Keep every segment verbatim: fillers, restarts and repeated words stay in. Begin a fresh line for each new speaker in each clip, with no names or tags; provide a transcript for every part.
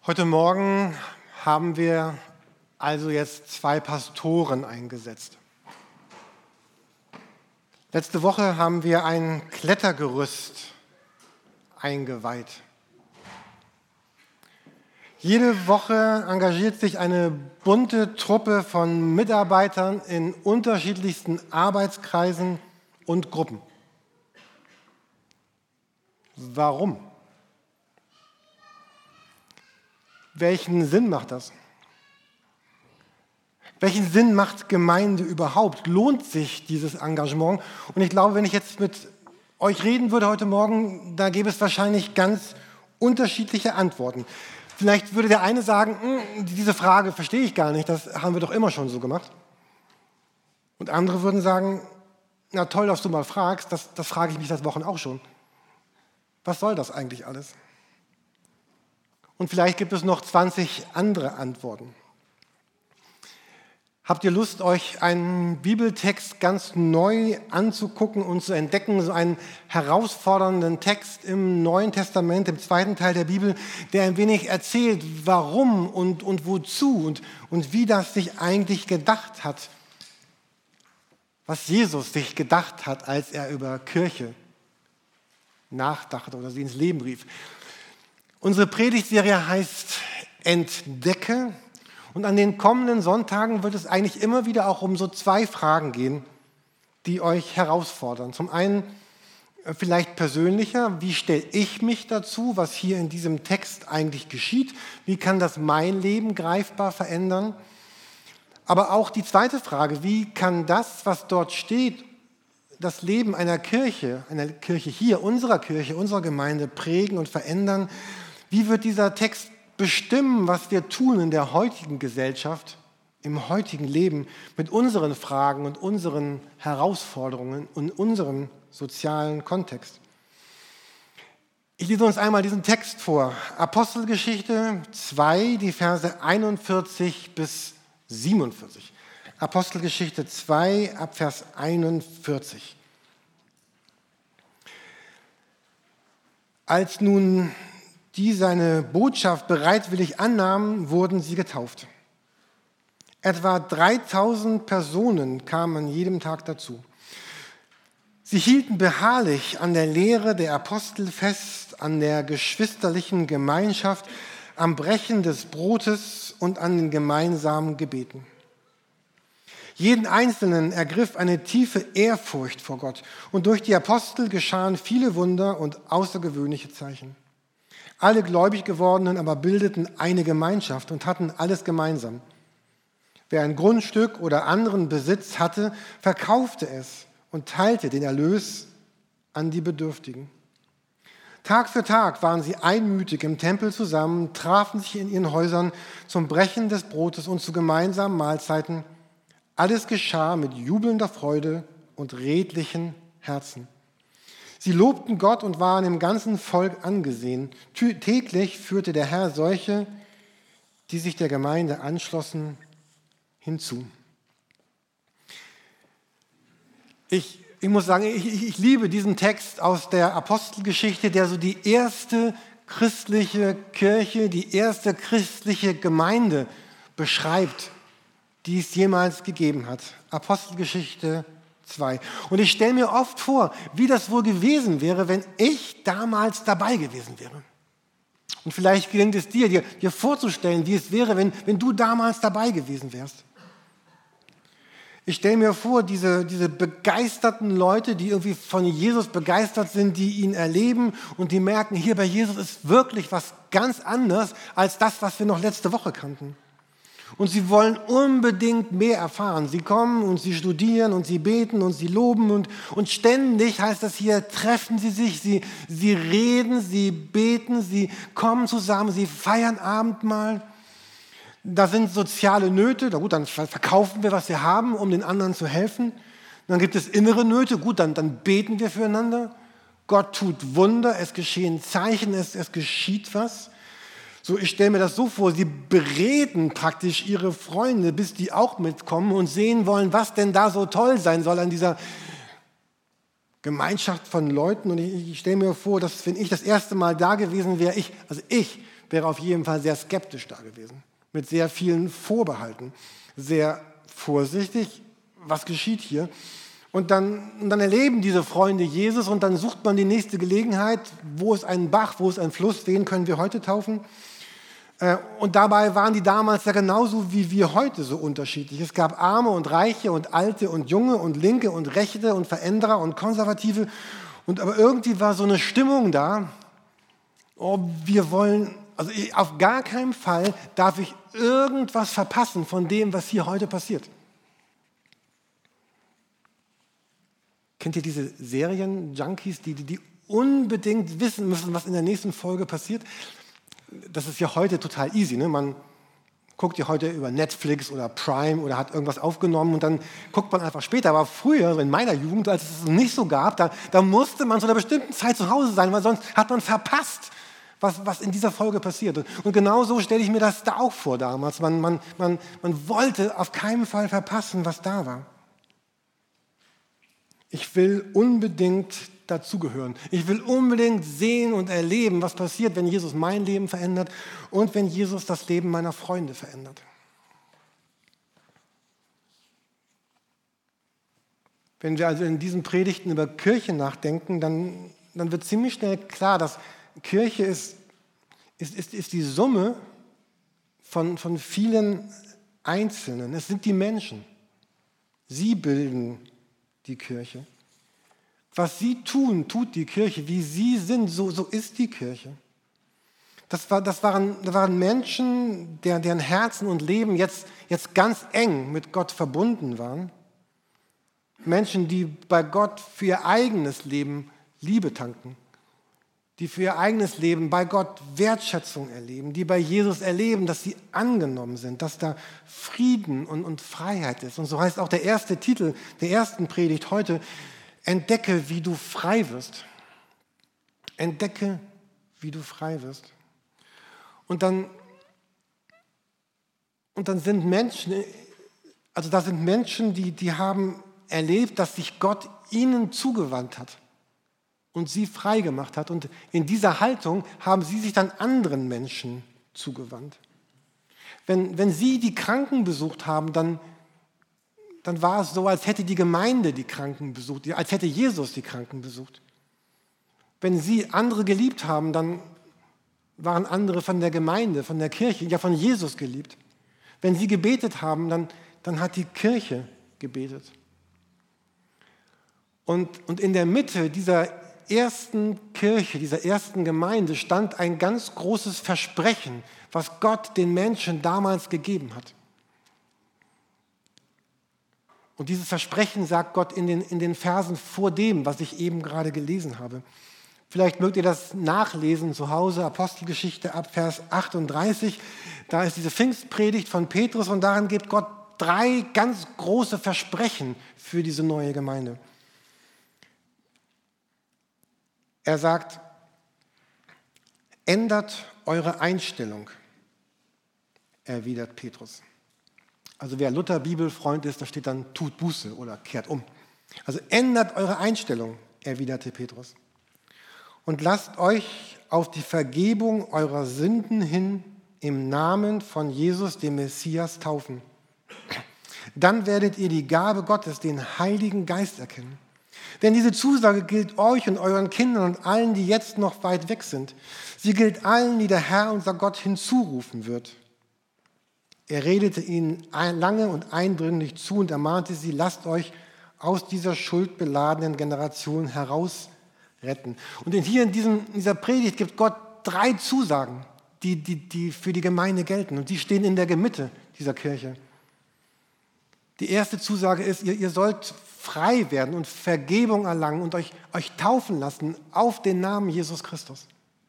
Heute Morgen haben wir also jetzt zwei Pastoren eingesetzt. Letzte Woche haben wir ein Klettergerüst eingeweiht. Jede Woche engagiert sich eine bunte Truppe von Mitarbeitern in unterschiedlichsten Arbeitskreisen und Gruppen. Warum? Welchen Sinn macht das? Welchen Sinn macht Gemeinde überhaupt? Lohnt sich dieses Engagement? Und ich glaube, wenn ich jetzt mit euch reden würde heute Morgen, da gäbe es wahrscheinlich ganz unterschiedliche Antworten. Vielleicht würde der eine sagen, diese Frage verstehe ich gar nicht, das haben wir doch immer schon so gemacht. Und andere würden sagen, na toll, dass du mal fragst, das, das frage ich mich seit Wochen auch schon. Was soll das eigentlich alles? Und vielleicht gibt es noch zwanzig andere Antworten. Habt ihr Lust, euch einen Bibeltext ganz neu anzugucken und zu entdecken, so einen herausfordernden Text im Neuen Testament, im zweiten Teil der Bibel, der ein wenig erzählt, warum und, und wozu und, und wie das sich eigentlich gedacht hat, was Jesus sich gedacht hat, als er über Kirche nachdachte oder sie ins Leben rief. Unsere Predigtserie heißt Entdecke. Und an den kommenden Sonntagen wird es eigentlich immer wieder auch um so zwei Fragen gehen, die euch herausfordern. Zum einen vielleicht persönlicher, wie stelle ich mich dazu, was hier in diesem Text eigentlich geschieht? Wie kann das mein Leben greifbar verändern? Aber auch die zweite Frage, wie kann das, was dort steht, das Leben einer Kirche, einer Kirche hier, unserer Kirche, unserer Gemeinde prägen und verändern? Wie wird dieser Text bestimmen, was wir tun in der heutigen Gesellschaft, im heutigen Leben, mit unseren Fragen und unseren Herausforderungen und unserem sozialen Kontext? Ich lese uns einmal diesen Text vor. Apostelgeschichte zwei, die Verse einundvierzig bis siebenundvierzig. Apostelgeschichte zwei, ab Vers einundvierzig. Als nun die seine Botschaft bereitwillig annahmen, wurden sie getauft. Etwa dreitausend Personen kamen an jedem Tag dazu. Sie hielten beharrlich an der Lehre der Apostel fest, an der geschwisterlichen Gemeinschaft, am Brechen des Brotes und an den gemeinsamen Gebeten. Jeden Einzelnen ergriff eine tiefe Ehrfurcht vor Gott und durch die Apostel geschahen viele Wunder und außergewöhnliche Zeichen. Alle gläubig gewordenen aber bildeten eine Gemeinschaft und hatten alles gemeinsam. Wer ein Grundstück oder anderen Besitz hatte, verkaufte es und teilte den Erlös an die Bedürftigen. Tag für Tag waren sie einmütig im Tempel zusammen, trafen sich in ihren Häusern zum Brechen des Brotes und zu gemeinsamen Mahlzeiten. Alles geschah mit jubelnder Freude und redlichen Herzen. Sie lobten Gott und waren im ganzen Volk angesehen. Täglich führte der Herr solche, die sich der Gemeinde anschlossen, hinzu. Ich, ich muss sagen, ich, ich liebe diesen Text aus der Apostelgeschichte, der so die erste christliche Kirche, die erste christliche Gemeinde beschreibt, die es jemals gegeben hat. Apostelgeschichte zwei. Und ich stelle mir oft vor, wie das wohl gewesen wäre, wenn ich damals dabei gewesen wäre. Und vielleicht gelingt es dir, dir, dir vorzustellen, wie es wäre, wenn, wenn du damals dabei gewesen wärst. Ich stelle mir vor, diese, diese begeisterten Leute, die irgendwie von Jesus begeistert sind, die ihn erleben und die merken, hier bei Jesus ist wirklich was ganz anderes als das, was wir noch letzte Woche kannten. Und sie wollen unbedingt mehr erfahren. Sie kommen und sie studieren und sie beten und sie loben und, und ständig, heißt das hier, treffen sie sich, sie, sie reden, sie beten, sie kommen zusammen, sie feiern Abendmahl. Da sind soziale Nöte, na gut, dann verkaufen wir, was wir haben, um den anderen zu helfen. Dann gibt es innere Nöte, gut, dann, dann beten wir füreinander. Gott tut Wunder, es geschehen Zeichen, es, es geschieht was. So, ich stelle mir das so vor, sie bereden praktisch ihre Freunde, bis die auch mitkommen und sehen wollen, was denn da so toll sein soll an dieser Gemeinschaft von Leuten. Und ich, ich stelle mir vor, dass wenn ich das erste Mal da gewesen wäre, ich, also ich wäre auf jeden Fall sehr skeptisch da gewesen. Mit sehr vielen Vorbehalten. Sehr vorsichtig, was geschieht hier? Und dann, und dann erleben diese Freunde Jesus und dann sucht man die nächste Gelegenheit. Wo ist ein Bach, wo ist ein Fluss, wen können wir heute taufen? Und dabei waren die damals ja genauso wie wir heute so unterschiedlich. Es gab Arme und Reiche und Alte und Junge und Linke und Rechte und Veränderer und Konservative. Und aber irgendwie war so eine Stimmung da, oh, wir wollen, also auf gar keinen Fall darf ich irgendwas verpassen von dem, was hier heute passiert. Kennt ihr diese Serien-Junkies, die, die, die unbedingt wissen müssen, was in der nächsten Folge passiert? Das ist ja heute total easy. Ne? Man guckt ja heute über Netflix oder Prime oder hat irgendwas aufgenommen und dann guckt man einfach später. Aber früher, in meiner Jugend, als es es nicht so gab, da, da musste man zu einer bestimmten Zeit zu Hause sein, weil sonst hat man verpasst, was, was in dieser Folge passiert. Und genau so stelle ich mir das da auch vor damals. Man, man, man, man wollte auf keinen Fall verpassen, was da war. Ich will unbedingt dazugehören. Ich will unbedingt sehen und erleben, was passiert, wenn Jesus mein Leben verändert und wenn Jesus das Leben meiner Freunde verändert. Wenn wir also in diesen Predigten über Kirche nachdenken, dann, dann wird ziemlich schnell klar, dass Kirche ist, ist, ist, ist die Summe von, von vielen Einzelnen. Es sind die Menschen. Sie bilden die Kirche. Was sie tun, tut die Kirche. Wie sie sind, so, so ist die Kirche. Das, war, das, waren, das waren Menschen, deren, deren Herzen und Leben jetzt, jetzt ganz eng mit Gott verbunden waren. Menschen, die bei Gott für ihr eigenes Leben Liebe tanken. Die für ihr eigenes Leben bei Gott Wertschätzung erleben. Die bei Jesus erleben, dass sie angenommen sind, dass da Frieden und, und Freiheit ist. Und so heißt auch der erste Titel der ersten Predigt heute: Entdecke, wie du frei wirst. Entdecke, wie du frei wirst. Und dann, und dann sind Menschen, also da sind Menschen, die, die haben erlebt, dass sich Gott ihnen zugewandt hat und sie frei gemacht hat. Und in dieser Haltung haben sie sich dann anderen Menschen zugewandt. Wenn, wenn sie die Kranken besucht haben, dann dann war es so, als hätte die Gemeinde die Kranken besucht, als hätte Jesus die Kranken besucht. Wenn sie andere geliebt haben, dann waren andere von der Gemeinde, von der Kirche, ja von Jesus geliebt. Wenn sie gebetet haben, dann, dann hat die Kirche gebetet. Und, und in der Mitte dieser ersten Kirche, dieser ersten Gemeinde stand ein ganz großes Versprechen, was Gott den Menschen damals gegeben hat. Und dieses Versprechen sagt Gott in den, in den Versen vor dem, was ich eben gerade gelesen habe. Vielleicht mögt ihr das nachlesen zu Hause, Apostelgeschichte ab Vers achtunddreißig. Da ist diese Pfingstpredigt von Petrus und darin gibt Gott drei ganz große Versprechen für diese neue Gemeinde. Er sagt, ändert eure Einstellung, erwidert Petrus. Also wer Luther-Bibelfreund ist, da steht dann, tut Buße oder kehrt um. Also ändert eure Einstellung, erwiderte Petrus. Und lasst euch auf die Vergebung eurer Sünden hin im Namen von Jesus, dem Messias, taufen. Dann werdet ihr die Gabe Gottes, den Heiligen Geist, erkennen. Denn diese Zusage gilt euch und euren Kindern und allen, die jetzt noch weit weg sind. Sie gilt allen, die der Herr, unser Gott, hinzurufen wird. Er redete ihnen lange und eindringlich zu und ermahnte sie, lasst euch aus dieser schuldbeladenen Generation herausretten. Und hier in, diesem, in dieser Predigt gibt Gott drei Zusagen, die, die, die für die Gemeinde gelten. Und die stehen in der Mitte dieser Kirche. Die erste Zusage ist, ihr, ihr sollt frei werden und Vergebung erlangen und euch, euch taufen lassen auf den Namen Jesus Christus.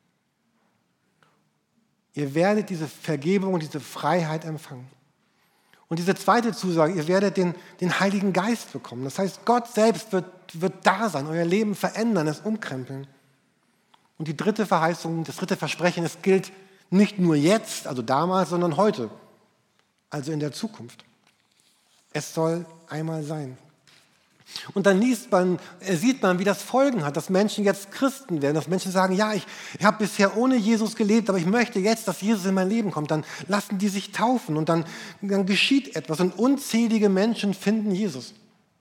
Ihr werdet diese Vergebung und diese Freiheit empfangen. Und diese zweite Zusage, ihr werdet den, den Heiligen Geist bekommen. Das heißt, Gott selbst wird, wird da sein, euer Leben verändern, es umkrempeln. Und die dritte Verheißung, das dritte Versprechen, es gilt nicht nur jetzt, also damals, sondern heute, also in der Zukunft. Es soll einmal sein. Und dann liest man, äh, sieht man, wie das Folgen hat, dass Menschen jetzt Christen werden, dass Menschen sagen, ja, ich, ich habe bisher ohne Jesus gelebt, aber ich möchte jetzt, dass Jesus in mein Leben kommt. Dann lassen die sich taufen und dann, dann geschieht etwas und unzählige Menschen finden Jesus.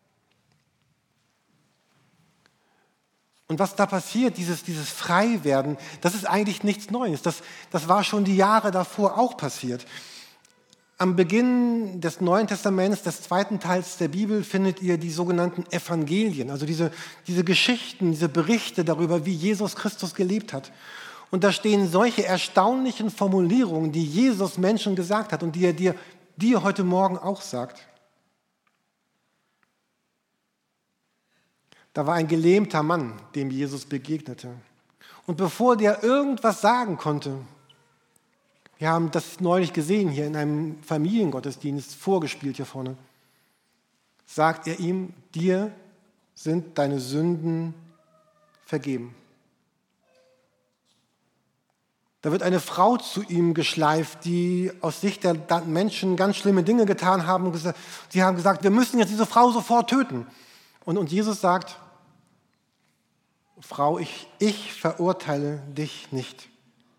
Und was da passiert, dieses, dieses Freiwerden, das ist eigentlich nichts Neues. Das, das war schon die Jahre davor auch passiert. Am Beginn des Neuen Testaments, des zweiten Teils der Bibel, findet ihr die sogenannten Evangelien, also diese, diese Geschichten, diese Berichte darüber, wie Jesus Christus gelebt hat. Und da stehen solche erstaunlichen Formulierungen, die Jesus Menschen gesagt hat und die er dir, dir heute Morgen auch sagt. Da war ein gelähmter Mann, dem Jesus begegnete. Und bevor der irgendwas sagen konnte, wir haben das neulich gesehen hier in einem Familiengottesdienst, vorgespielt hier vorne, sagt er ihm, dir sind deine Sünden vergeben. Da wird eine Frau zu ihm geschleift, die aus Sicht der Menschen ganz schlimme Dinge getan haben. Sie haben gesagt, wir müssen jetzt diese Frau sofort töten. Und, und Jesus sagt, Frau, ich, ich verurteile dich nicht.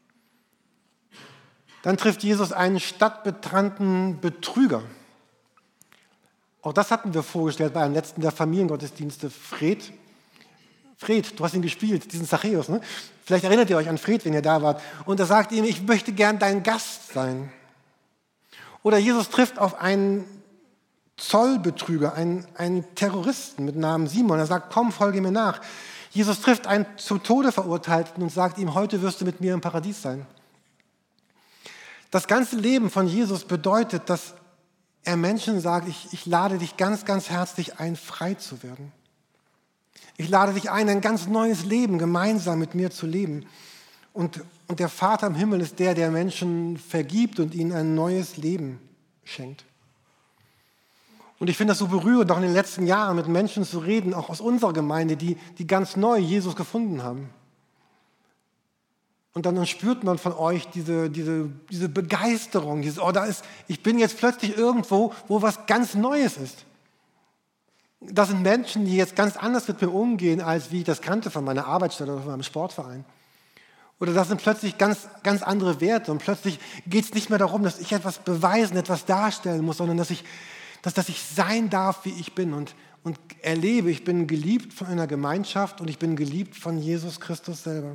Dann trifft Jesus einen stadtbekannten Betrüger. Auch das hatten wir vorgestellt bei einem letzten der Familiengottesdienste. Fred, Fred, du hast ihn gespielt, diesen Zachäus. Ne? Vielleicht erinnert ihr euch an Fred, wenn ihr da wart. Und er sagt ihm, ich möchte gern dein Gast sein. Oder Jesus trifft auf einen Zollbetrüger, einen, einen Terroristen mit Namen Simon. Er sagt, komm, folge mir nach. Jesus trifft einen zu Tode Verurteilten und sagt ihm, heute wirst du mit mir im Paradies sein. Das ganze Leben von Jesus bedeutet, dass er Menschen sagt, ich, ich lade dich ganz, ganz herzlich ein, frei zu werden. Ich lade dich ein, ein ganz neues Leben gemeinsam mit mir zu leben. Und, und der Vater im Himmel ist der, der Menschen vergibt und ihnen ein neues Leben schenkt. Und ich finde das so berührend, auch in den letzten Jahren mit Menschen zu reden, auch aus unserer Gemeinde, die, die ganz neu Jesus gefunden haben. Und dann, dann spürt man von euch diese, diese, diese Begeisterung, dieses, oh, da ist, ich bin jetzt plötzlich irgendwo, wo was ganz Neues ist. Das sind Menschen, die jetzt ganz anders mit mir umgehen, als wie ich das kannte von meiner Arbeitsstelle oder von meinem Sportverein. Oder das sind plötzlich ganz, ganz andere Werte. Und plötzlich geht es nicht mehr darum, dass ich etwas beweisen, etwas darstellen muss, sondern dass ich, dass, dass ich sein darf, wie ich bin und, und erlebe, ich bin geliebt von einer Gemeinschaft und ich bin geliebt von Jesus Christus selber.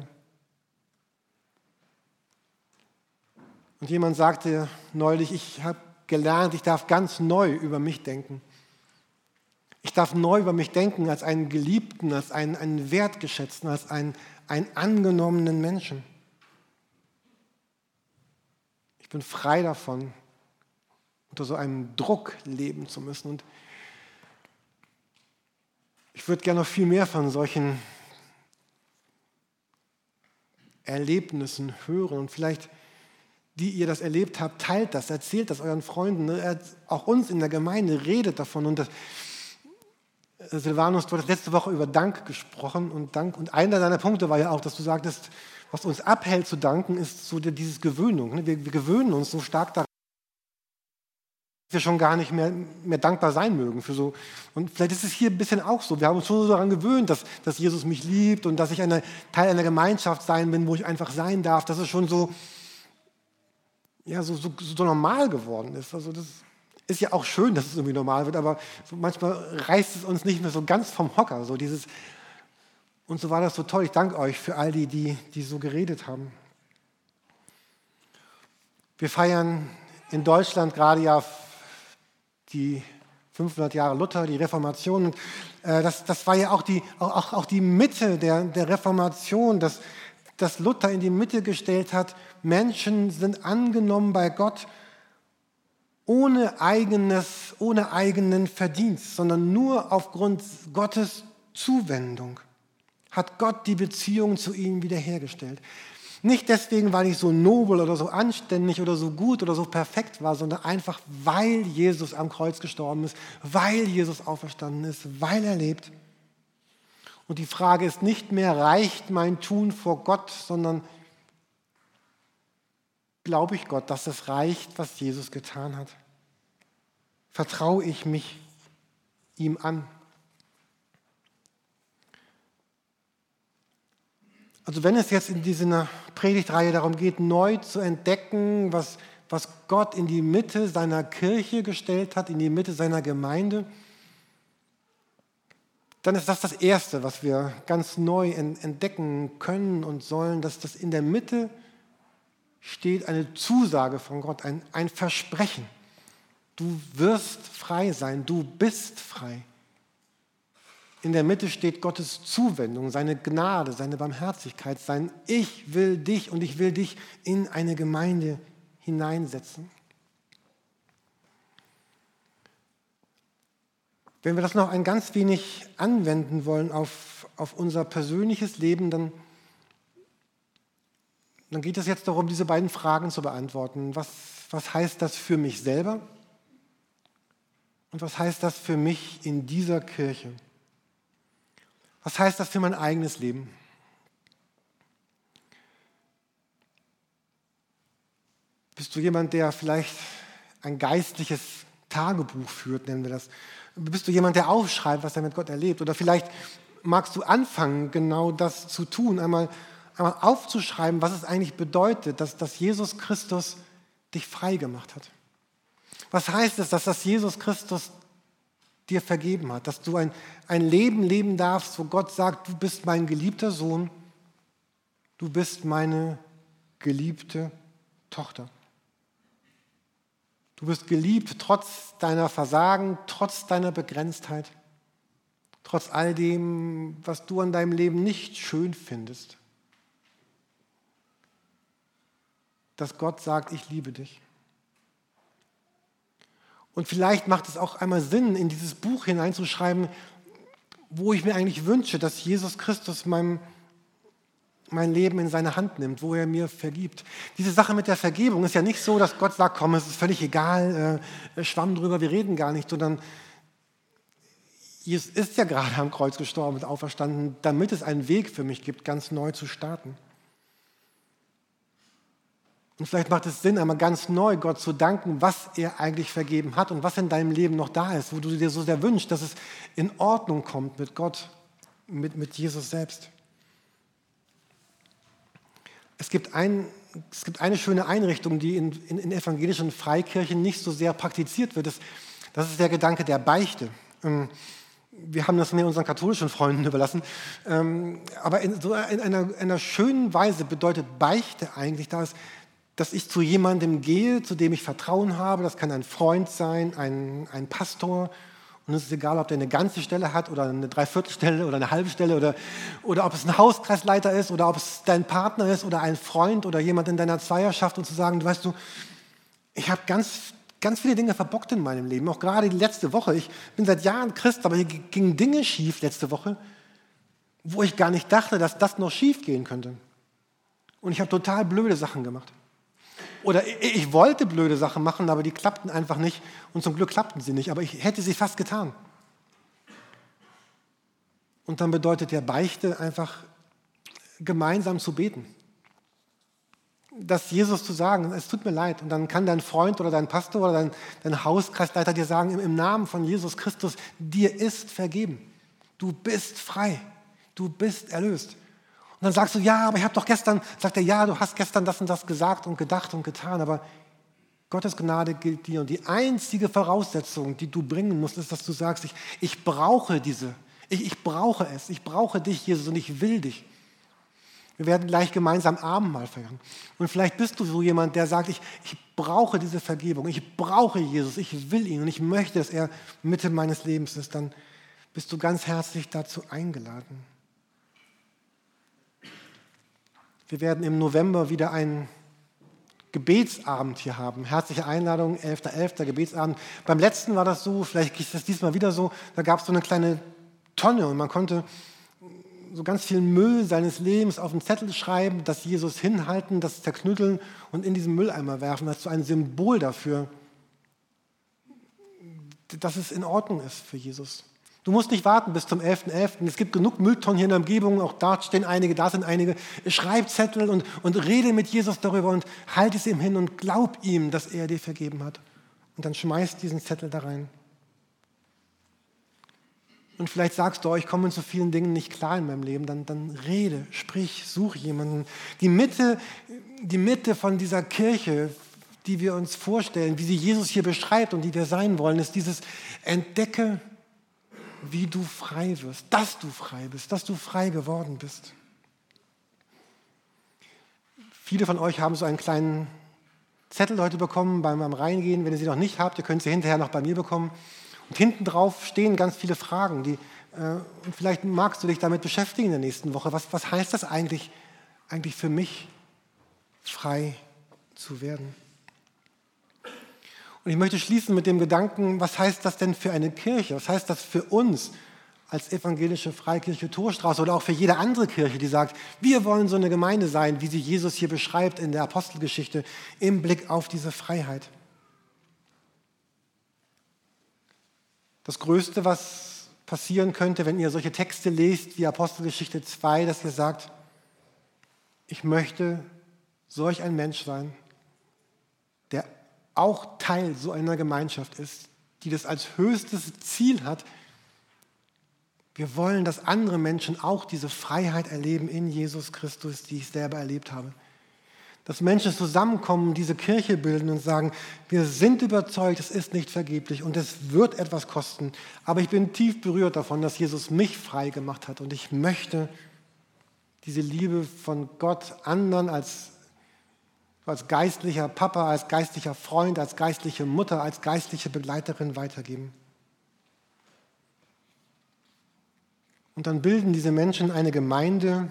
Und jemand sagte neulich, ich habe gelernt, ich darf ganz neu über mich denken. Ich darf neu über mich denken als einen Geliebten, als einen, einen Wertgeschätzten, als einen, einen angenommenen Menschen. Ich bin frei davon, unter so einem Druck leben zu müssen. Und ich würde gerne noch viel mehr von solchen Erlebnissen hören und vielleicht die ihr das erlebt habt, teilt das, erzählt das euren Freunden, ne? Auch uns in der Gemeinde, redet davon. Und das, Silvanus, du hast letzte Woche über Dank gesprochen und Dank. Und einer deiner Punkte war ja auch, dass du sagtest, was uns abhält zu danken, ist so dieses Gewöhnung. Ne? Wir, wir gewöhnen uns so stark daran, dass wir schon gar nicht mehr, mehr dankbar sein mögen. Für so. Und vielleicht ist es hier ein bisschen auch so. Wir haben uns schon so daran gewöhnt, dass, dass Jesus mich liebt und dass ich eine, Teil einer Gemeinschaft sein bin, wo ich einfach sein darf. Das ist schon so, ja, so, so, so normal geworden ist. Also das ist ja auch schön, dass es irgendwie normal wird, aber so manchmal reißt es uns nicht mehr so ganz vom Hocker. So dieses, und so war das so toll. Ich danke euch für all die, die, die so geredet haben. Wir feiern in Deutschland gerade ja die fünfhundert Jahre Luther, die Reformation. Und, äh, das, das war ja auch die, auch, auch die Mitte der, der Reformation, dass dass Luther in die Mitte gestellt hat, Menschen sind angenommen bei Gott ohne eigenes, ohne eigenen Verdienst, sondern nur aufgrund Gottes Zuwendung hat Gott die Beziehung zu ihnen wiederhergestellt. Nicht deswegen, weil ich so nobel oder so anständig oder so gut oder so perfekt war, sondern einfach, weil Jesus am Kreuz gestorben ist, weil Jesus auferstanden ist, weil er lebt. Und die Frage ist nicht mehr, reicht mein Tun vor Gott, sondern glaube ich Gott, dass es reicht, was Jesus getan hat? Vertraue ich mich ihm an? Also wenn es jetzt in dieser Predigtreihe darum geht, neu zu entdecken, was, was Gott in die Mitte seiner Kirche gestellt hat, in die Mitte seiner Gemeinde, dann ist das das Erste, was wir ganz neu entdecken können und sollen, dass das in der Mitte steht eine Zusage von Gott, ein, ein Versprechen. Du wirst frei sein, du bist frei. In der Mitte steht Gottes Zuwendung, seine Gnade, seine Barmherzigkeit, sein Ich will dich und ich will dich in eine Gemeinde hineinsetzen. Wenn wir das noch ein ganz wenig anwenden wollen auf, auf unser persönliches Leben, dann, dann geht es jetzt darum, diese beiden Fragen zu beantworten. Was, was heißt das für mich selber? Und was heißt das für mich in dieser Kirche? Was heißt das für mein eigenes Leben? Bist du jemand, der vielleicht ein geistliches Tagebuch führt, nennen wir das? Bist du jemand, der aufschreibt, was er mit Gott erlebt? Oder vielleicht magst du anfangen, genau das zu tun, einmal, einmal aufzuschreiben, was es eigentlich bedeutet, dass, dass Jesus Christus dich frei gemacht hat. Was heißt es, dass das Jesus Christus dir vergeben hat, dass du ein, ein Leben leben darfst, wo Gott sagt, du bist mein geliebter Sohn, du bist meine geliebte Tochter. Du bist geliebt trotz deiner Versagen, trotz deiner Begrenztheit, trotz all dem, was du an deinem Leben nicht schön findest. Dass Gott sagt, ich liebe dich. Und vielleicht macht es auch einmal Sinn, in dieses Buch hineinzuschreiben, wo ich mir eigentlich wünsche, dass Jesus Christus mein, mein Leben in seine Hand nimmt, wo er mir vergibt. Diese Sache mit der Vergebung ist ja nicht so, dass Gott sagt, komm, es ist völlig egal, äh, schwamm drüber, wir reden gar nicht, sondern Jesus ist ja gerade am Kreuz gestorben und auferstanden, damit es einen Weg für mich gibt, ganz neu zu starten. Und vielleicht macht es Sinn, einmal ganz neu Gott zu danken, was er eigentlich vergeben hat und was in deinem Leben noch da ist, wo du dir so sehr wünschst, dass es in Ordnung kommt mit Gott, mit, mit Jesus selbst. Es gibt, ein, es gibt eine schöne Einrichtung, die in, in, in evangelischen Freikirchen nicht so sehr praktiziert wird. Das, das ist der Gedanke der Beichte. Wir haben das mehr unseren katholischen Freunden überlassen. Aber in, so in einer, einer schönen Weise bedeutet Beichte eigentlich, dass, dass ich zu jemandem gehe, zu dem ich Vertrauen habe. Das kann ein Freund sein, ein, ein Pastor. Und es ist egal, ob der eine ganze Stelle hat oder eine Dreiviertelstelle oder eine halbe Stelle oder, oder ob es ein Hauskreisleiter ist oder ob es dein Partner ist oder ein Freund oder jemand in deiner Zweierschaft und zu sagen, du weißt du, ich habe ganz, ganz viele Dinge verbockt in meinem Leben, auch gerade die letzte Woche. Ich bin seit Jahren Christ, aber hier gingen Dinge schief letzte Woche, wo ich gar nicht dachte, dass das noch schief gehen könnte. Und ich habe total blöde Sachen gemacht. Oder ich wollte blöde Sachen machen, aber die klappten einfach nicht. Und zum Glück klappten sie nicht, aber ich hätte sie fast getan. Und dann bedeutet der Beichte einfach, gemeinsam zu beten. Das Jesus zu sagen, es tut mir leid. Und dann kann dein Freund oder dein Pastor oder dein, dein Hauskreisleiter dir sagen, im Namen von Jesus Christus, dir ist vergeben. Du bist frei. Du bist erlöst. Und dann sagst du, ja, aber ich habe doch gestern, sagt er, ja, du hast gestern das und das gesagt und gedacht und getan, aber Gottes Gnade gilt dir. Und die einzige Voraussetzung, die du bringen musst, ist, dass du sagst, ich, ich brauche diese, ich, ich brauche es, ich brauche dich, Jesus, und ich will dich. Wir werden gleich gemeinsam Abendmahl feiern. Und vielleicht bist du so jemand, der sagt, ich, ich brauche diese Vergebung, ich brauche Jesus, ich will ihn und ich möchte, dass er Mitte meines Lebens ist. Dann bist du ganz herzlich dazu eingeladen. Wir werden im November wieder einen Gebetsabend hier haben. Herzliche Einladung, elfter elfter Gebetsabend. Beim letzten war das so, vielleicht ist das diesmal wieder so, da gab es so eine kleine Tonne und man konnte so ganz viel Müll seines Lebens auf den Zettel schreiben, das Jesus hinhalten, das zerknütteln und in diesen Mülleimer werfen. Das ist so ein Symbol dafür, dass es in Ordnung ist für Jesus. Du musst nicht warten bis zum elfter elfter Es gibt genug Mülltonnen hier in der Umgebung, auch da stehen einige, da sind einige. Schreib Zettel und, und rede mit Jesus darüber und halt es ihm hin und glaub ihm, dass er dir vergeben hat. Und dann schmeiß diesen Zettel da rein. Und vielleicht sagst du, oh, ich komme mit so vielen Dingen nicht klar in meinem Leben. Dann, dann rede, sprich, such jemanden. Die Mitte, die Mitte von dieser Kirche, die wir uns vorstellen, wie sie Jesus hier beschreibt und die wir sein wollen, ist dieses Entdecke, wie du frei wirst, dass du frei bist, dass du frei geworden bist. Viele von euch haben so einen kleinen Zettel heute bekommen beim, beim Reingehen. Wenn ihr sie noch nicht habt, ihr könnt sie hinterher noch bei mir bekommen. Und hinten drauf stehen ganz viele Fragen. Die, äh, und vielleicht magst du dich damit beschäftigen in der nächsten Woche. Was, was heißt das eigentlich, eigentlich für mich, frei zu werden? Und ich möchte schließen mit dem Gedanken, was heißt das denn für eine Kirche? Was heißt das für uns als evangelische Freikirche Torstraße oder auch für jede andere Kirche, die sagt, wir wollen so eine Gemeinde sein, wie sie Jesus hier beschreibt in der Apostelgeschichte, im Blick auf diese Freiheit? Das Größte, was passieren könnte, wenn ihr solche Texte lest wie Apostelgeschichte zwei, dass ihr sagt, ich möchte solch ein Mensch sein, der auch Teil so einer Gemeinschaft ist, die das als höchstes Ziel hat. Wir wollen, dass andere Menschen auch diese Freiheit erleben in Jesus Christus, die ich selber erlebt habe. Dass Menschen zusammenkommen, diese Kirche bilden und sagen, wir sind überzeugt, es ist nicht vergeblich und es wird etwas kosten. Aber ich bin tief berührt davon, dass Jesus mich frei gemacht hat und ich möchte diese Liebe von Gott anderen als als geistlicher Papa, als geistlicher Freund, als geistliche Mutter, als geistliche Begleiterin weitergeben. Und dann bilden diese Menschen eine Gemeinde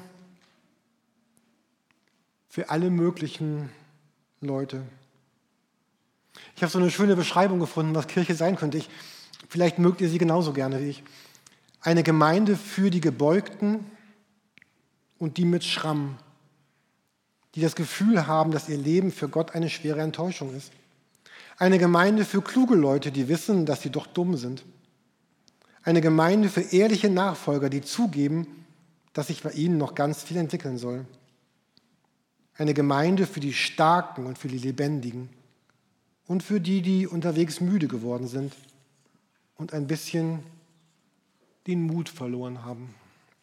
für alle möglichen Leute. Ich habe so eine schöne Beschreibung gefunden, was Kirche sein könnte. Ich, vielleicht mögt ihr sie genauso gerne wie ich. Eine Gemeinde für die Gebeugten und die mit Schramm, die das Gefühl haben, dass ihr Leben für Gott eine schwere Enttäuschung ist. Eine Gemeinde für kluge Leute, die wissen, dass sie doch dumm sind. Eine Gemeinde für ehrliche Nachfolger, die zugeben, dass sich bei ihnen noch ganz viel entwickeln soll. Eine Gemeinde für die Starken und für die Lebendigen und für die, die unterwegs müde geworden sind und ein bisschen den Mut verloren haben.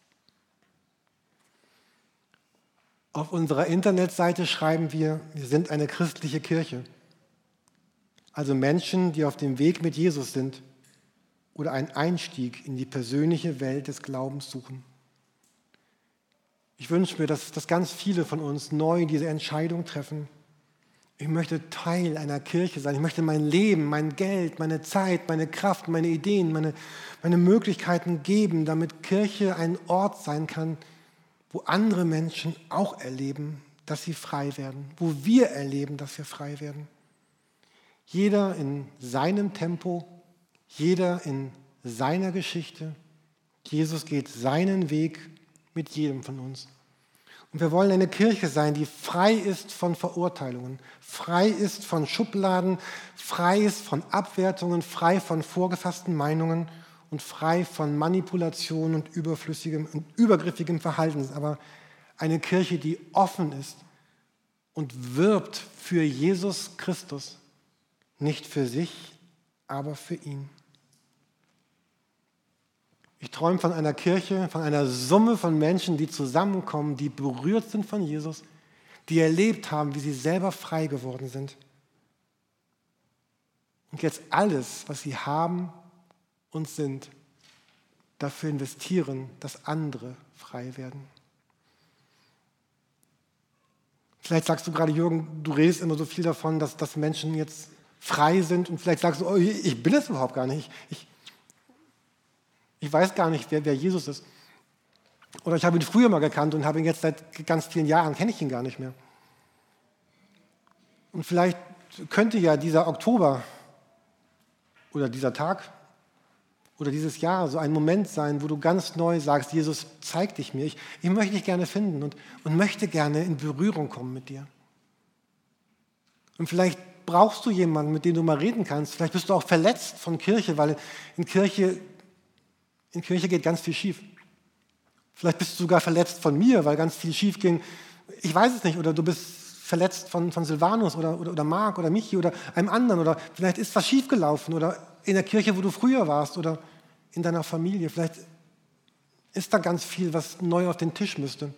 Auf unserer Internetseite schreiben wir, wir sind eine christliche Kirche. Also Menschen, die auf dem Weg mit Jesus sind oder einen Einstieg in die persönliche Welt des Glaubens suchen. Ich wünsche mir, dass, dass ganz viele von uns neu diese Entscheidung treffen. Ich möchte Teil einer Kirche sein. Ich möchte mein Leben, mein Geld, meine Zeit, meine Kraft, meine Ideen, meine, meine Möglichkeiten geben, damit Kirche ein Ort sein kann, wo andere Menschen auch erleben, dass sie frei werden, wo wir erleben, dass wir frei werden. Jeder in seinem Tempo, jeder in seiner Geschichte. Jesus geht seinen Weg mit jedem von uns. Und wir wollen eine Kirche sein, die frei ist von Verurteilungen, frei ist von Schubladen, frei ist von Abwertungen, frei von vorgefassten Meinungen und frei von Manipulation und überflüssigem und übergriffigem Verhalten, aber eine Kirche, die offen ist und wirbt für Jesus Christus, nicht für sich, aber für ihn. Ich träume von einer Kirche, von einer Summe von Menschen, die zusammenkommen, die berührt sind von Jesus, die erlebt haben, wie sie selber frei geworden sind. Und jetzt alles, was sie haben und sind, dafür investieren, dass andere frei werden. Vielleicht sagst du gerade, Jürgen, du redest immer so viel davon, dass, dass Menschen jetzt frei sind und vielleicht sagst du, oh, ich bin es überhaupt gar nicht. Ich, ich weiß gar nicht, wer, wer Jesus ist. Oder ich habe ihn früher mal gekannt und habe ihn jetzt seit ganz vielen Jahren, kenne ich ihn gar nicht mehr. Und vielleicht könnte ja dieser Oktober oder dieser Tag oder dieses Jahr so ein Moment sein, wo du ganz neu sagst, Jesus, zeig dich mir. Ich, ich möchte dich gerne finden und, und möchte gerne in Berührung kommen mit dir. Und vielleicht brauchst du jemanden, mit dem du mal reden kannst. Vielleicht bist du auch verletzt von Kirche, weil in Kirche, in Kirche geht ganz viel schief. Vielleicht bist du sogar verletzt von mir, weil ganz viel schief ging. Ich weiß es nicht. Oder du bist verletzt von, von Silvanus oder, oder, oder Marc oder Michi oder einem anderen. Oder vielleicht ist was schiefgelaufen oder in der Kirche, wo du früher warst. Oder in deiner Familie. Vielleicht ist da ganz viel, was neu auf den Tisch müsste.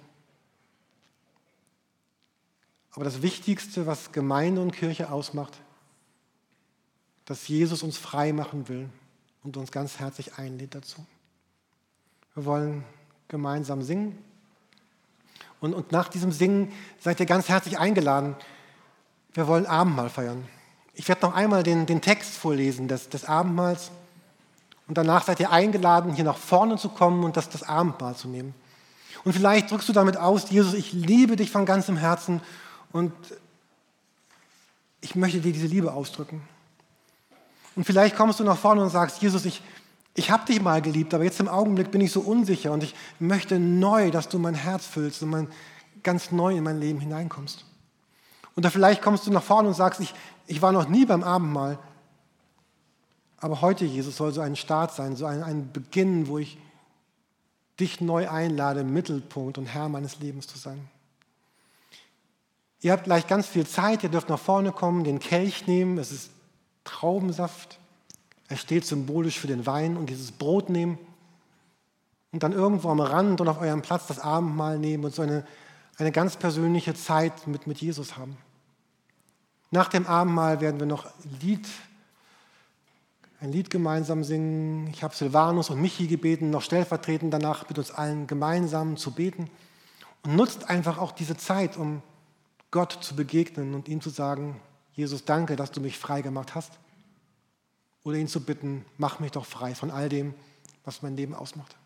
Aber das Wichtigste, was Gemeinde und Kirche ausmacht, dass Jesus uns frei machen will und uns ganz herzlich einlädt dazu. Wir wollen gemeinsam singen. Und, und nach diesem Singen seid ihr ganz herzlich eingeladen. Wir wollen Abendmahl feiern. Ich werde noch einmal den, den Text vorlesen des, des Abendmahls. Und danach seid ihr eingeladen, hier nach vorne zu kommen und das, das Abendmahl zu nehmen. Und vielleicht drückst du damit aus, Jesus, ich liebe dich von ganzem Herzen und ich möchte dir diese Liebe ausdrücken. Und vielleicht kommst du nach vorne und sagst, Jesus, ich, ich habe dich mal geliebt, aber jetzt im Augenblick bin ich so unsicher und ich möchte neu, dass du mein Herz füllst und mein, ganz neu in mein Leben hineinkommst. Oder vielleicht kommst du nach vorne und sagst, ich, ich war noch nie beim Abendmahl, aber heute, Jesus, soll so ein Start sein, so ein, ein Beginn, wo ich dich neu einlade, Mittelpunkt und Herr meines Lebens zu sein. Ihr habt gleich ganz viel Zeit, ihr dürft nach vorne kommen, den Kelch nehmen, es ist Traubensaft, er steht symbolisch für den Wein und dieses Brot nehmen und dann irgendwo am Rand und auf eurem Platz das Abendmahl nehmen und so eine, eine ganz persönliche Zeit mit, mit Jesus haben. Nach dem Abendmahl werden wir noch ein Lied, ein Lied gemeinsam singen. Ich habe Silvanus und Michi gebeten, noch stellvertretend danach mit uns allen gemeinsam zu beten und nutzt einfach auch diese Zeit, um Gott zu begegnen und ihm zu sagen, Jesus, danke, dass du mich frei gemacht hast. Oder ihn zu bitten, mach mich doch frei von all dem, was mein Leben ausmacht.